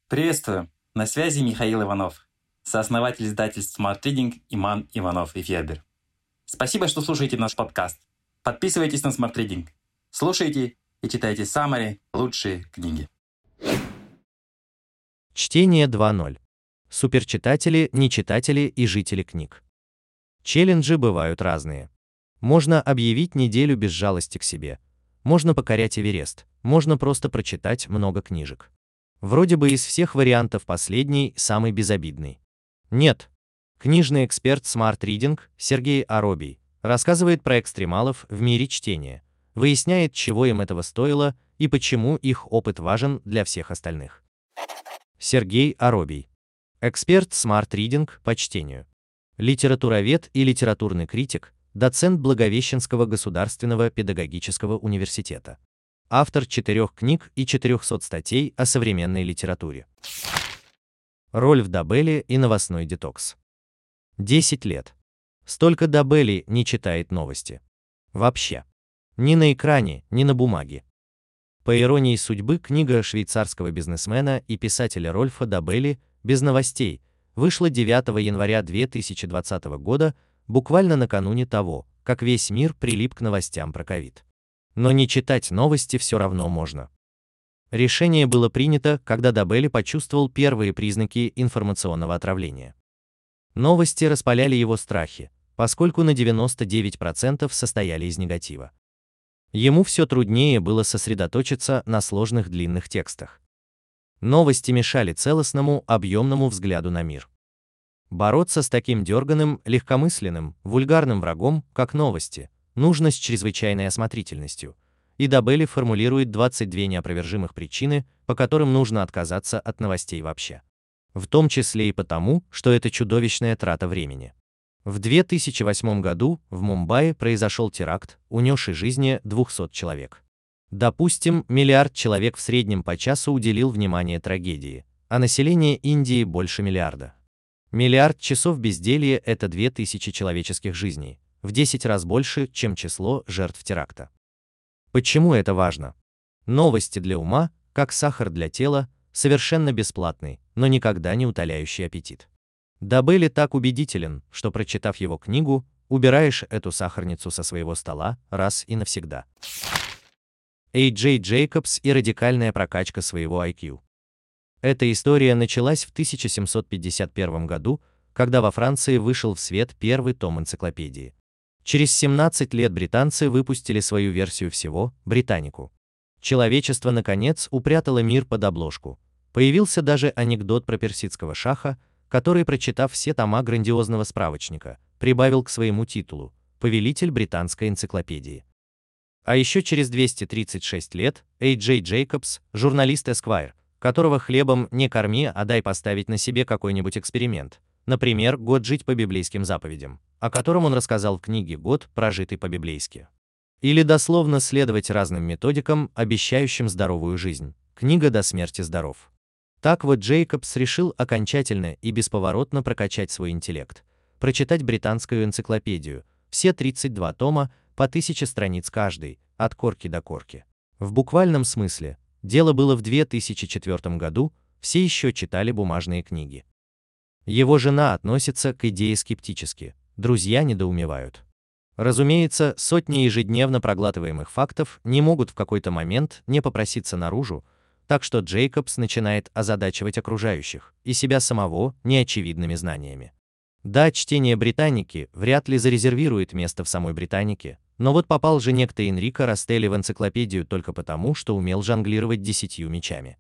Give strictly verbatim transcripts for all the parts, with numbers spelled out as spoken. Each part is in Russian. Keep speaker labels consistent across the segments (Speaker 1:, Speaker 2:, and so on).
Speaker 1: Приветствую! На связи Михаил Иванов, сооснователь издательств Smart Reading Иман Иванов и Федер. Спасибо, что слушаете наш подкаст. Подписывайтесь на Smart Reading. Слушайте и читайте самые лучшие книги.
Speaker 2: Чтение два ноль. Суперчитатели, нечитатели и жители книг. Челленджи бывают разные. Можно объявить неделю без жалости к себе. Можно покорять Эверест. Можно просто прочитать много книжек. Вроде бы из всех вариантов последний самый безобидный. Нет. Книжный эксперт Smart Reading Сергей Аробий рассказывает про экстремалов в мире чтения, выясняет, чего им этого стоило и почему их опыт важен для всех остальных. Сергей Аробий. Эксперт Smart Reading по чтению. Литературовед и литературный критик, доцент Благовещенского государственного педагогического университета. Автор четырех книг и четырехсот статей о современной литературе. Рольф Добелли и новостной детокс. десять лет. Столько Добелли не читает новости. Вообще. Ни на экране, ни на бумаге. По иронии судьбы, книга швейцарского бизнесмена и писателя Рольфа Добелли «Без новостей» вышла девятого января две тысячи двадцатого года, буквально накануне того, как весь мир прилип к новостям про ковид. Но не читать новости все равно можно. Решение было принято, когда Добелли почувствовал первые признаки информационного отравления. Новости распаляли его страхи, поскольку на девяносто девять процентов состояли из негатива. Ему все труднее было сосредоточиться на сложных длинных текстах. Новости мешали целостному, объемному взгляду на мир. Бороться с таким дерганым, легкомысленным, вульгарным врагом, как новости, нужно с чрезвычайной осмотрительностью, и Добелли формулирует двадцать две неопровержимых причины, по которым нужно отказаться от новостей вообще. В том числе и потому, что это чудовищная трата времени. В две тысячи восьмом году в Мумбаи произошел теракт, унесший жизни двухсот человек. Допустим, миллиард человек в среднем по часу уделил внимание трагедии, а население Индии больше миллиарда. Миллиард часов безделья – это две тысячи человеческих жизней, в десять раз больше, чем число жертв теракта. Почему это важно? Новости для ума, как сахар для тела, совершенно бесплатный, но никогда не утоляющий аппетит. Добелли так убедителен, что, прочитав его книгу, убираешь эту сахарницу со своего стола раз и навсегда. Эй Джей Джейкобс и радикальная прокачка своего ай кью. Эта история началась в тысяча семьсот пятьдесят первом году, когда во Франции вышел в свет первый том энциклопедии. Через семнадцать лет британцы выпустили свою версию всего, Британику. Человечество, наконец, упрятало мир под обложку. Появился даже анекдот про персидского шаха, который, прочитав все тома грандиозного справочника, прибавил к своему титулу «Повелитель британской энциклопедии». А еще через двести тридцать шесть лет Эй Джей Джейкобс, журналист Esquire, которого хлебом не корми, а дай поставить на себе какой-нибудь эксперимент, например, год жить по библейским заповедям, о котором он рассказал в книге «Год, прожитый по-библейски». Или дословно следовать разным методикам, обещающим здоровую жизнь. Книга «До смерти здоров». Так вот Джейкобс решил окончательно и бесповоротно прокачать свой интеллект, прочитать британскую энциклопедию, все тридцать два тома, по тысяче страниц каждый, от корки до корки. В буквальном смысле, дело было в две тысячи четвёртом году, все еще читали бумажные книги. Его жена относится к идее скептически, друзья недоумевают. Разумеется, сотни ежедневно проглатываемых фактов не могут в какой-то момент не попроситься наружу, так что Джейкобс начинает озадачивать окружающих и себя самого неочевидными знаниями. Да, чтение Британики вряд ли зарезервирует место в самой Британике, но вот попал же некто Энрико Ростелли в энциклопедию только потому, что умел жонглировать десятью мечами.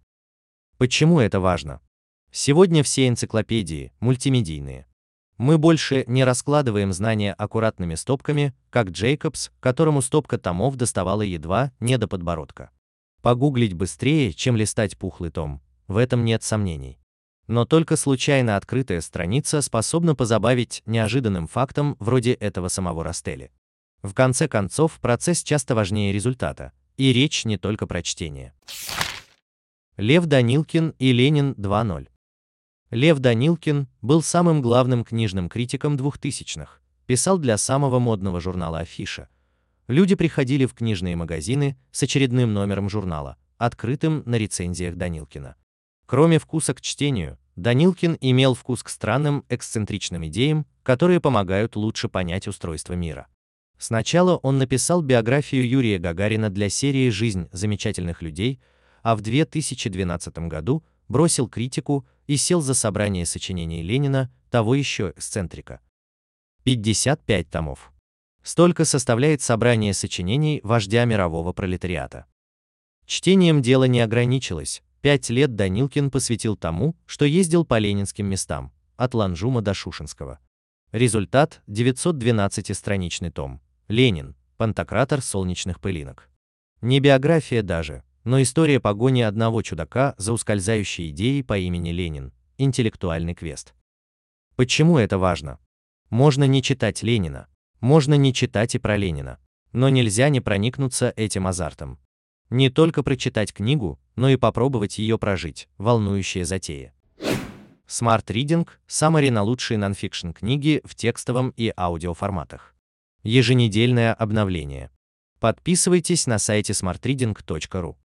Speaker 2: Почему это важно? Сегодня все энциклопедии мультимедийные. Мы больше не раскладываем знания аккуратными стопками, как Джейкобс, которому стопка томов доставала едва не до подбородка. Погуглить быстрее, чем листать пухлый том, в этом нет сомнений. Но только случайно открытая страница способна позабавить неожиданным фактом вроде этого самого Ростелли. В конце концов, процесс часто важнее результата, и речь не только про чтение. Лев Данилкин и Ленин два ноль. Лев Данилкин был самым главным книжным критиком двухтысячных, писал для самого модного журнала «Афиша». Люди приходили в книжные магазины с очередным номером журнала, открытым на рецензиях Данилкина. Кроме вкуса к чтению, Данилкин имел вкус к странным, эксцентричным идеям, которые помогают лучше понять устройство мира. Сначала он написал биографию Юрия Гагарина для серии «Жизнь замечательных людей», а в две тысячи двенадцатом году бросил критику и сел за собрание сочинений Ленина, того еще эксцентрика. пятьдесят пять томов. Столько составляет собрание сочинений вождя мирового пролетариата. Чтением дело не ограничилось. Пять лет Данилкин посвятил тому, что ездил по ленинским местам, от Ланжума до Шушинского. Результат – девятьсот двенадцатистраничный том. Ленин. Пантократор солнечных пылинок. Не биография даже, но история погони одного чудака за ускользающей идеей по имени Ленин. Интеллектуальный квест. Почему это важно? Можно не читать Ленина, можно не читать и про Ленина, но нельзя не проникнуться этим азартом. Не только прочитать книгу, но и попробовать ее прожить. Волнующая затея. Smart Reading – Summary на лучшие нонфикшн книги в текстовом и аудиоформатах. Еженедельное обновление. Подписывайтесь на сайте смарт ридинг точка ру.